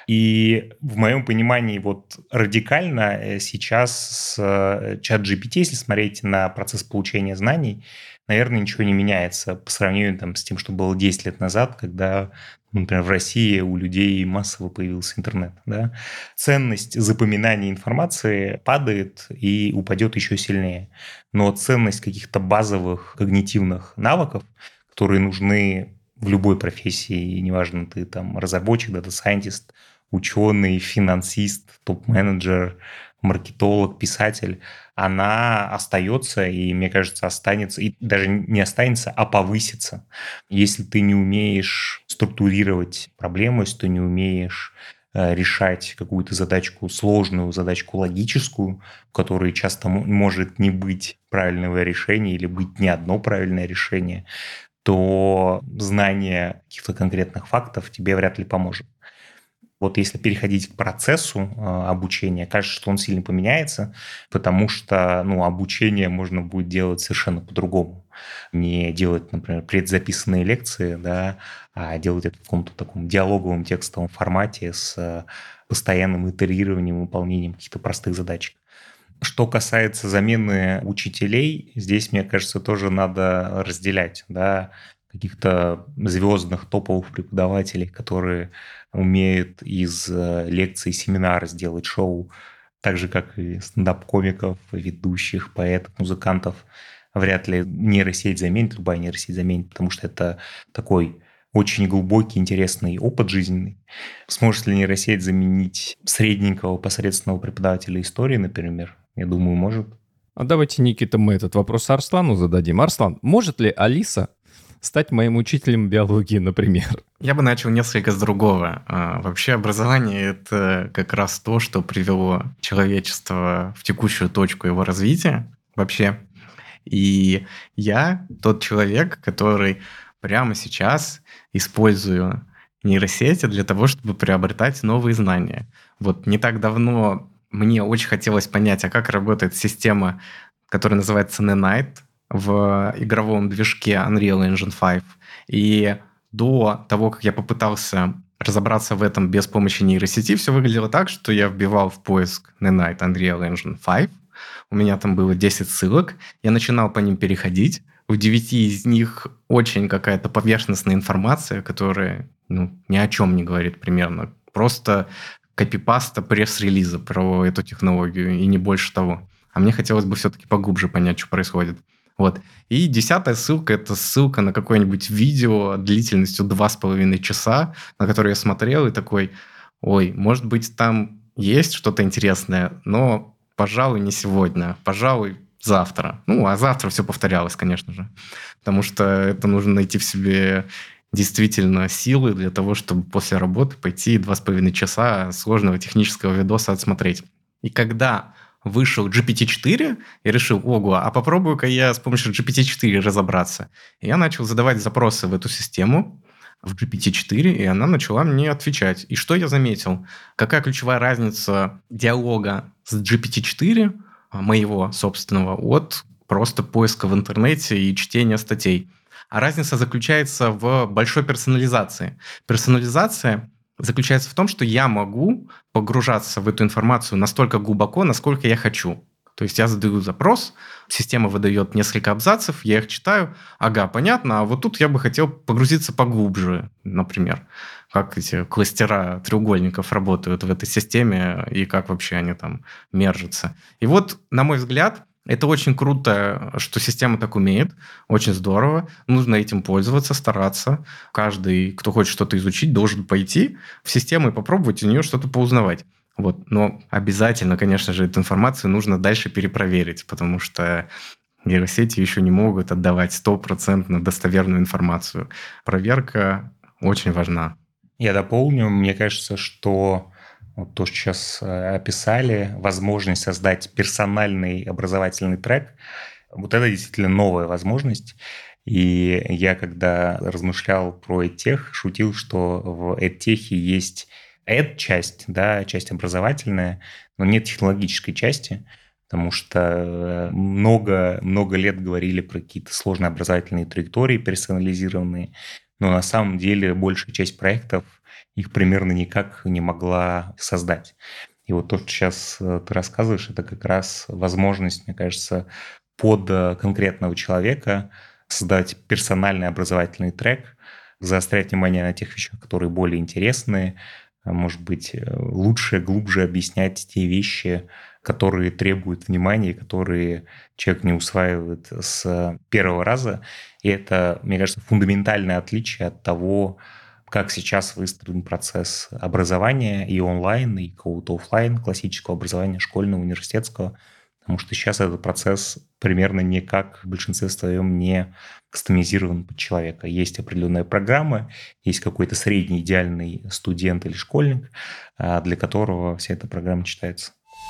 И в моем понимании вот радикально сейчас с ChatGPT, если смотреть на процесс получения знаний, наверное, ничего не меняется по сравнению там, с тем, что было 10 лет назад, когда, например, в России у людей массово появился интернет. Да? Ценность запоминания информации падает и упадет еще сильнее. Но ценность каких-то базовых когнитивных навыков, которые нужны в любой профессии, неважно, ты там разработчик, дата-сайентист, ученый, финансист, топ-менеджер, маркетолог, писатель, она остается и, мне кажется, останется, и даже не останется, а повысится. Если ты не умеешь структурировать проблему, если ты не умеешь решать какую-то задачку, сложную задачку логическую, в которой часто может не быть правильного решения или быть не одно правильное решение, то знание каких-то конкретных фактов тебе вряд ли поможет. Вот если переходить к процессу обучения, кажется, что он сильно поменяется, потому что обучение можно будет делать совершенно по-другому. Не делать, например, предзаписанные лекции, да, а делать это в каком-то таком диалоговом текстовом формате с постоянным итерированием, выполнением каких-то простых задачек. Что касается замены учителей, здесь, мне кажется, тоже надо разделять, да, каких-то звездных топовых преподавателей, которые умеют из лекций, семинара сделать шоу, так же, как и стендап-комиков, ведущих, поэтов, музыкантов. Вряд ли нейросеть заменит, любая нейросеть заменит, потому что это такой очень глубокий, интересный опыт жизненный. Сможет ли нейросеть заменить средненького, посредственного преподавателя истории, например? Я думаю, может. А давайте, Никита, мы этот вопрос Арслану зададим. Арслан, может ли Алиса стать моим учителем биологии, например? Я бы начал несколько с другого. Вообще образование — это как раз то, что привело человечество в текущую точку его развития вообще. И я тот человек, который прямо сейчас использую нейросети для того, чтобы приобретать новые знания. Вот не так давно мне очень хотелось понять, а как работает система, которая называется Nanite, в игровом движке Unreal Engine 5. И до того, как я попытался разобраться в этом без помощи нейросети, все выглядело так, что я вбивал в поиск Nanite Unreal Engine 5, у меня там было 10 ссылок, я начинал по ним переходить, в 9 из них очень какая-то поверхностная информация, которая ни о чем не говорит примерно, просто копипаста пресс-релиза про эту технологию, и не больше того. А мне хотелось бы все-таки поглубже понять, что происходит. Вот. И 10-я ссылка — это ссылка на какое-нибудь видео длительностью 2,5 часа, на которое я смотрел и такой, может быть, там есть что-то интересное, но, пожалуй, не сегодня, пожалуй, завтра. А завтра все повторялось, конечно же, потому что это нужно найти в себе действительно силы для того, чтобы после работы пойти 2,5 часа сложного технического видоса отсмотреть. И когда вышел GPT-4, я решил, а попробую-ка я с помощью GPT-4 разобраться. И я начал задавать запросы в эту систему, в GPT-4, и она начала мне отвечать. И что я заметил? Какая ключевая разница диалога с GPT-4, моего собственного, от просто поиска в интернете и чтения статей? А разница заключается в большой персонализации. Персонализация заключается в том, что я могу погружаться в эту информацию настолько глубоко, насколько я хочу. То есть я задаю запрос, система выдает несколько абзацев, я их читаю, понятно, а вот тут я бы хотел погрузиться поглубже, например, как эти кластера треугольников работают в этой системе и как вообще они там мержатся. И вот, на мой взгляд, это очень круто, что система так умеет, очень здорово, нужно этим пользоваться, стараться. Каждый, кто хочет что-то изучить, должен пойти в систему и попробовать у нее что-то поузнавать. Вот. Но обязательно, конечно же, эту информацию нужно дальше перепроверить, потому что нейросети еще не могут отдавать 100% достоверную информацию. Проверка очень важна. Я дополню, мне кажется, что вот то, что сейчас описали, возможность создать персональный образовательный трек, вот это действительно новая возможность. И я, когда размышлял про EdTech, шутил, что в EdTech есть часть, да, часть образовательная, но нет технологической части, потому что много лет говорили про какие-то сложные образовательные траектории персонализированные, но на самом деле большая часть проектов их примерно никак не могла создать. И вот то, что сейчас ты рассказываешь, это как раз возможность, мне кажется, под конкретного человека создать персональный образовательный трек, заострять внимание на тех вещах, которые более интересные, может быть, лучше, глубже объяснять те вещи, которые требуют внимания, которые человек не усваивает с первого раза. И это, мне кажется, фундаментальное отличие от того, как сейчас выстроен процесс образования и онлайн, и какого-то офлайн, классического образования, школьного, университетского. Потому что сейчас этот процесс примерно никак в большинстве своем не кастомизирован под человека. Есть определенная программа, есть какой-то средний идеальный студент или школьник, для которого вся эта программа читается.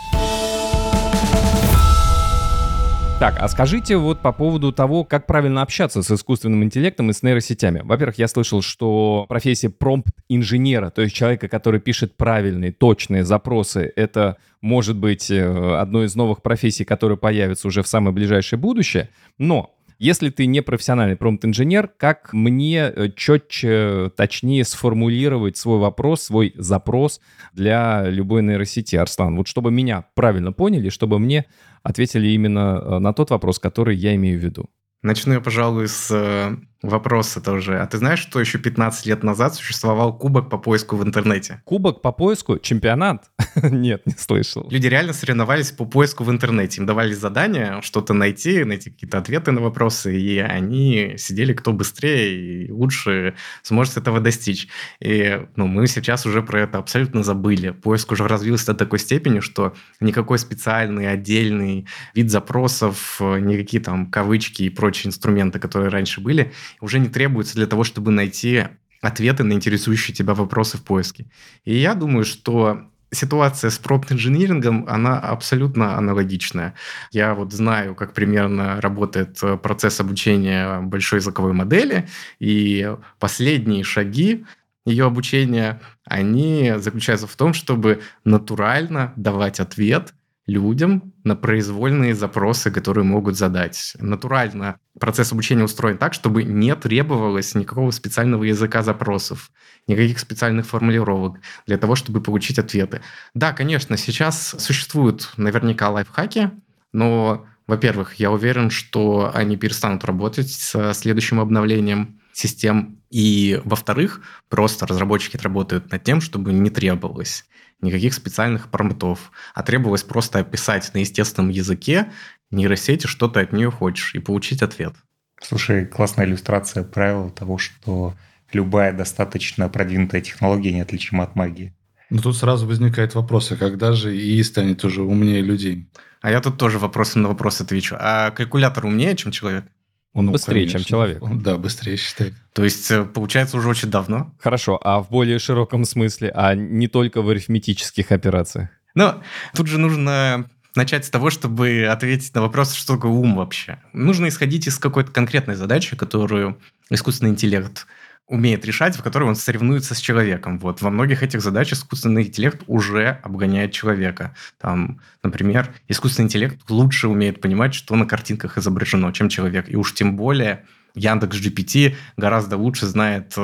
Так, а скажите вот по поводу того, как правильно общаться с искусственным интеллектом и с нейросетями. Во-первых, я слышал, что профессия промпт-инженера, то есть человека, который пишет правильные, точные запросы, это может быть одной из новых профессий, которые появятся уже в самое ближайшее будущее. Но если ты не профессиональный промпт-инженер, как мне четче, точнее сформулировать свой вопрос, свой запрос для любой нейросети, Арслан? Вот чтобы меня правильно поняли, чтобы мне ответили именно на тот вопрос, который я имею в виду. Начну я, пожалуй, с вопроса тоже. А ты знаешь, что еще 15 лет назад существовал кубок по поиску в интернете? Кубок по поиску? Чемпионат? Нет, не слышал. Люди реально соревновались по поиску в интернете. Им давали задания что-то найти какие-то ответы на вопросы, и они сидели, кто быстрее и лучше сможет этого достичь. И мы сейчас уже про это абсолютно забыли. Поиск уже развился до такой степени, что никакой специальный, отдельный вид запросов, никакие там кавычки и прочие инструменты, которые раньше были, уже не требуются для того, чтобы найти ответы на интересующие тебя вопросы в поиске. И я думаю, что ситуация с промпт-инжинирингом, она абсолютно аналогичная. Я вот знаю, как примерно работает процесс обучения большой языковой модели, и последние шаги ее обучения, они заключаются в том, чтобы натурально давать ответ людям на произвольные запросы, которые могут задать. Натурально процесс обучения устроен так, чтобы не требовалось никакого специального языка запросов, никаких специальных формулировок для того, чтобы получить ответы. Да, конечно, сейчас существуют наверняка лайфхаки, но, во-первых, я уверен, что они перестанут работать со следующим обновлением систем. И, во-вторых, просто разработчики работают над тем, чтобы не требовалось никаких специальных промптов, а требовалось просто описать на естественном языке нейросети, что ты от нее хочешь, и получить ответ. Слушай, классная иллюстрация правила того, что любая достаточно продвинутая технология неотличима от магии. Но тут сразу возникает вопрос, а когда же ИИ станет уже умнее людей? А я тут тоже вопросом на вопрос отвечу. А калькулятор умнее, чем человек? Он быстрее, чем человек. Да, быстрее считает. То есть, получается, уже очень давно. Хорошо, а в более широком смысле, а не только в арифметических операциях? Но тут же нужно начать с того, чтобы ответить на вопрос, что такое ум вообще. Нужно исходить из какой-то конкретной задачи, которую искусственный интеллект умеет решать, в которой он соревнуется с человеком. Вот. Во многих этих задачах искусственный интеллект уже обгоняет человека. Там, например, искусственный интеллект лучше умеет понимать, что на картинках изображено, чем человек. И уж тем более Яндекс.GPT гораздо лучше знает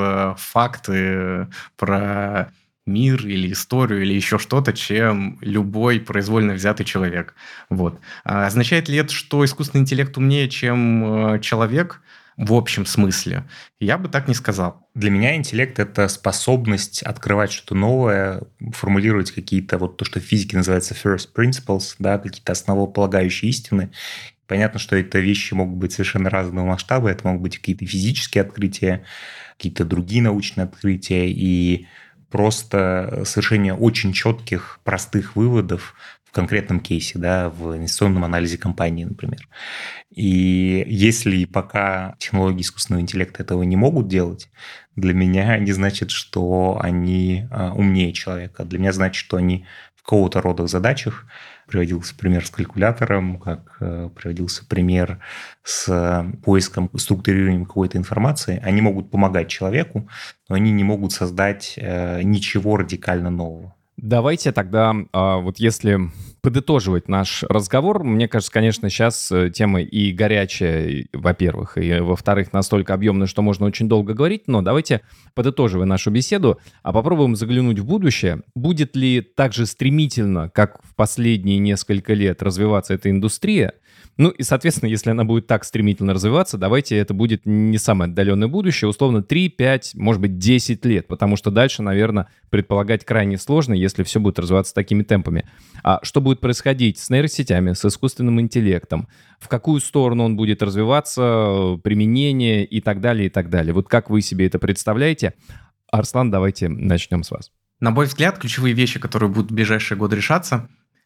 факты про мир или историю или еще что-то, чем любой произвольно взятый человек. Вот. Означает ли это, что искусственный интеллект умнее, чем человек? В общем смысле. Я бы так не сказал. Для меня интеллект – это способность открывать что-то новое, формулировать какие-то, вот то, что в физике называется first principles, да, какие-то основополагающие истины. Понятно, что это вещи могут быть совершенно разного масштаба, это могут быть какие-то физические открытия, какие-то другие научные открытия, и просто совершение очень четких, простых выводов в конкретном кейсе, да, в инвестиционном анализе компании, например. И если пока технологии искусственного интеллекта этого не могут делать, для меня не значит, что они умнее человека. Для меня значит, что они в какого-то рода задачах, приводился пример с калькулятором, как приводился пример с поиском, структурированием какой-то информации, они могут помогать человеку, но они не могут создать ничего радикально нового. Давайте тогда, вот если подытоживать наш разговор. Мне кажется, конечно, сейчас тема и горячая, во-первых, и, во-вторых, настолько объемная, что можно очень долго говорить, но давайте, подытоживая нашу беседу, попробуем заглянуть в будущее. Будет ли так же стремительно, как в последние несколько лет, развиваться эта индустрия? Ну и, соответственно, если она будет так стремительно развиваться, давайте это будет не самое отдаленное будущее, условно 3, 5, может быть, 10 лет, потому что дальше, наверное, предполагать крайне сложно, если все будет развиваться такими темпами. А что будет происходить с нейросетями, с искусственным интеллектом, в какую сторону он будет развиваться, применение и так далее, и так далее. Вот как вы себе это представляете? Арслан, давайте начнем с вас. На мой взгляд, ключевые вещи, которые будут в ближайшие годы решаться,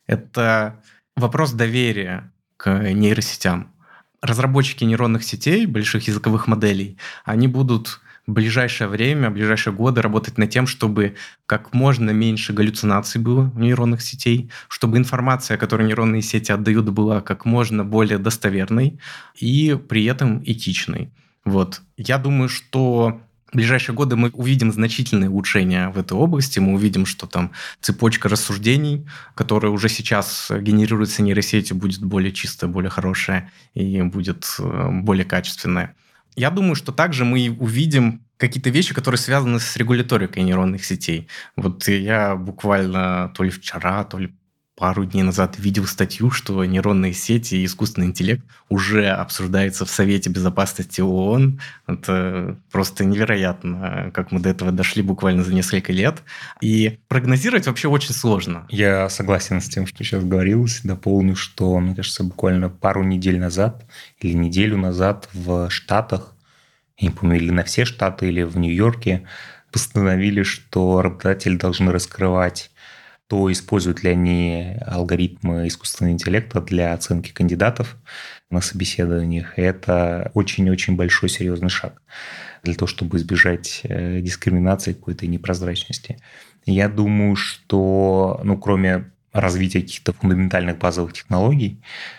это вопрос доверия к нейросетям. Разработчики нейронных сетей, больших языковых моделей, они будут в ближайшее время, в ближайшие годы работать над тем, чтобы как можно меньше галлюцинаций было у нейронных сетей, чтобы информация, которую нейронные сети отдают, была как можно более достоверной и при этом этичной. Вот. Я думаю, что в ближайшие годы мы увидим значительные улучшения в этой области. Мы увидим, что там цепочка рассуждений, которая уже сейчас генерируется нейросетью, будет более чистая, более хорошая и будет более качественная. Я думаю, что также мы увидим какие-то вещи, которые связаны с регуляторикой нейронных сетей. Вот я буквально то ли вчера, то ли пару дней назад видел статью, что нейронные сети и искусственный интеллект уже обсуждается в Совете Безопасности ООН. Это просто невероятно, как мы до этого дошли буквально за несколько лет. И прогнозировать вообще очень сложно. Я согласен с тем, что сейчас говорилось. Дополню, что, мне кажется, буквально пару недель назад или неделю назад в Штатах, я не помню, или на все штаты, или в Нью-Йорке, постановили, что работодатели должны раскрывать, то используют ли они алгоритмы искусственного интеллекта для оценки кандидатов на собеседованиях. И это очень-очень большой серьезный шаг для того, чтобы избежать дискриминации какой-то и непрозрачности. Я думаю, что, кроме развития каких-то фундаментальных базовых технологий,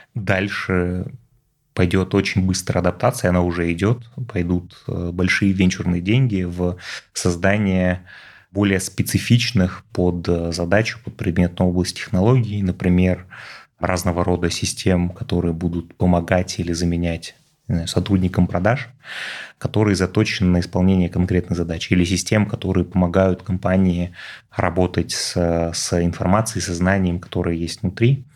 дальше пойдет очень быстрая адаптация, она уже идет. Пойдут большие венчурные деньги в создание более специфичных под задачу, под предметную область технологий, например, разного рода систем, которые будут помогать или заменять сотрудникам продаж, которые заточены на исполнение конкретной задачи, или систем, которые помогают компании работать с информацией, со знанием, которое есть внутри.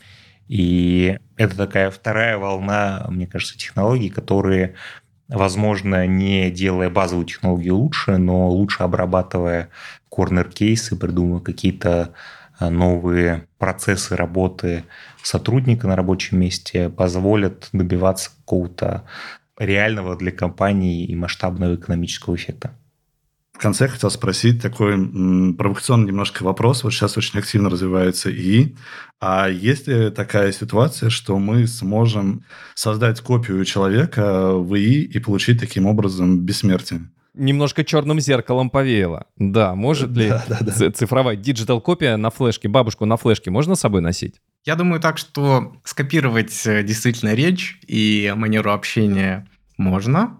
И это такая вторая волна, мне кажется, технологий, которые, возможно, не делая базовую технологию лучше, но лучше обрабатывая корнер-кейсы, придумывая какие-то новые процессы работы сотрудника на рабочем месте, позволят добиваться какого-то реального для компании и масштабного экономического эффекта. В конце я хотел спросить такой провокационный немножко вопрос. Вот сейчас очень активно развивается ИИ. А есть ли такая ситуация, что мы сможем создать копию человека в ИИ и получить таким образом бессмертие? Немножко черным зеркалом повеяло. Да, может ли цифровая диджитал-копия на флешке, бабушку на флешке можно с собой носить? Я думаю так, что скопировать действительно речь и манеру общения можно.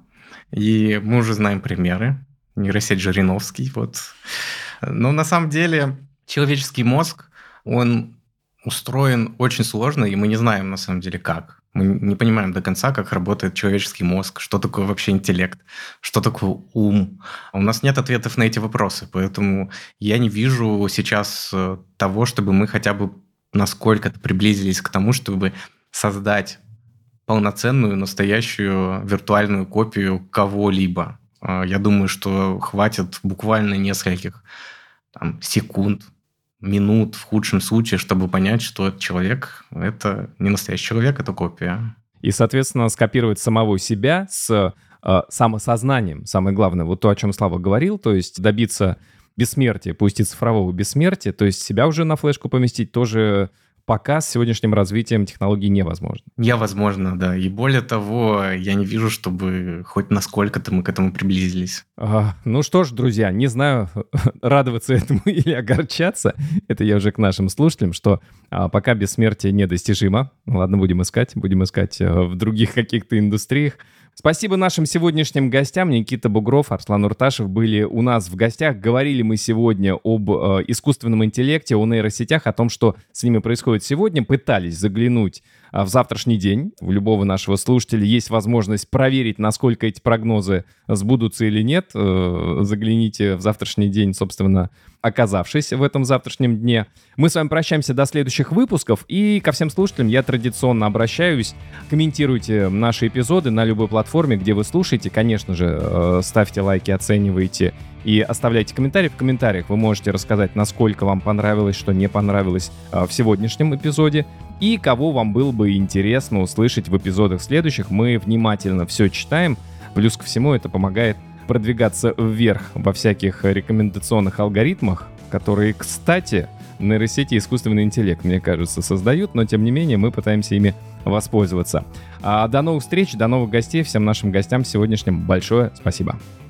И мы уже знаем примеры. Нейросеть Жириновский. Вот. Но на самом деле человеческий мозг, он устроен очень сложно, и мы не знаем на самом деле как. Мы не понимаем до конца, как работает человеческий мозг, что такое вообще интеллект, что такое ум. У нас нет ответов на эти вопросы, поэтому я не вижу сейчас того, чтобы мы хотя бы насколько-то приблизились к тому, чтобы создать полноценную, настоящую виртуальную копию кого-либо. Я думаю, что хватит буквально нескольких секунд, минут в худшем случае, чтобы понять, что этот человек – это не настоящий человек, это копия. И, соответственно, скопировать самого себя с самосознанием, самое главное, вот то, о чем Слава говорил, то есть добиться бессмертия, пусть и цифрового бессмертия, то есть себя уже на флешку поместить тоже пока с сегодняшним развитием технологий невозможно. Невозможно, да. И более того, я не вижу, чтобы хоть насколько-то мы к этому приблизились. Ну что ж, друзья, не знаю, радоваться этому или огорчаться. Это я уже к нашим слушателям, что пока бессмертие недостижимо. Ладно, будем искать в других каких-то индустриях. Спасибо нашим сегодняшним гостям. Никита Бугров, Арслан Урташев были у нас в гостях. Говорили мы сегодня об искусственном интеллекте, о нейросетях, о том, что с ними происходит сегодня. Пытались заглянуть в завтрашний день. У любого нашего слушателя есть возможность проверить, насколько эти прогнозы сбудутся или нет. Загляните в завтрашний день, собственно, оказавшись в этом завтрашнем дне. Мы с вами прощаемся до следующих выпусков. И ко всем слушателям я традиционно обращаюсь. Комментируйте наши эпизоды на любой платформе, где вы слушаете. Конечно же, ставьте лайки, оценивайте и оставляйте комментарии. В комментариях вы можете рассказать, насколько вам понравилось, что не понравилось в сегодняшнем эпизоде. И кого вам было бы интересно услышать в эпизодах следующих. Мы внимательно все читаем. Плюс ко всему это помогает продвигаться вверх во всяких рекомендационных алгоритмах, которые, кстати, нейросети и искусственный интеллект, мне кажется, создают, но тем не менее мы пытаемся ими воспользоваться. До новых встреч, до новых гостей. Всем нашим гостям сегодняшним большое спасибо.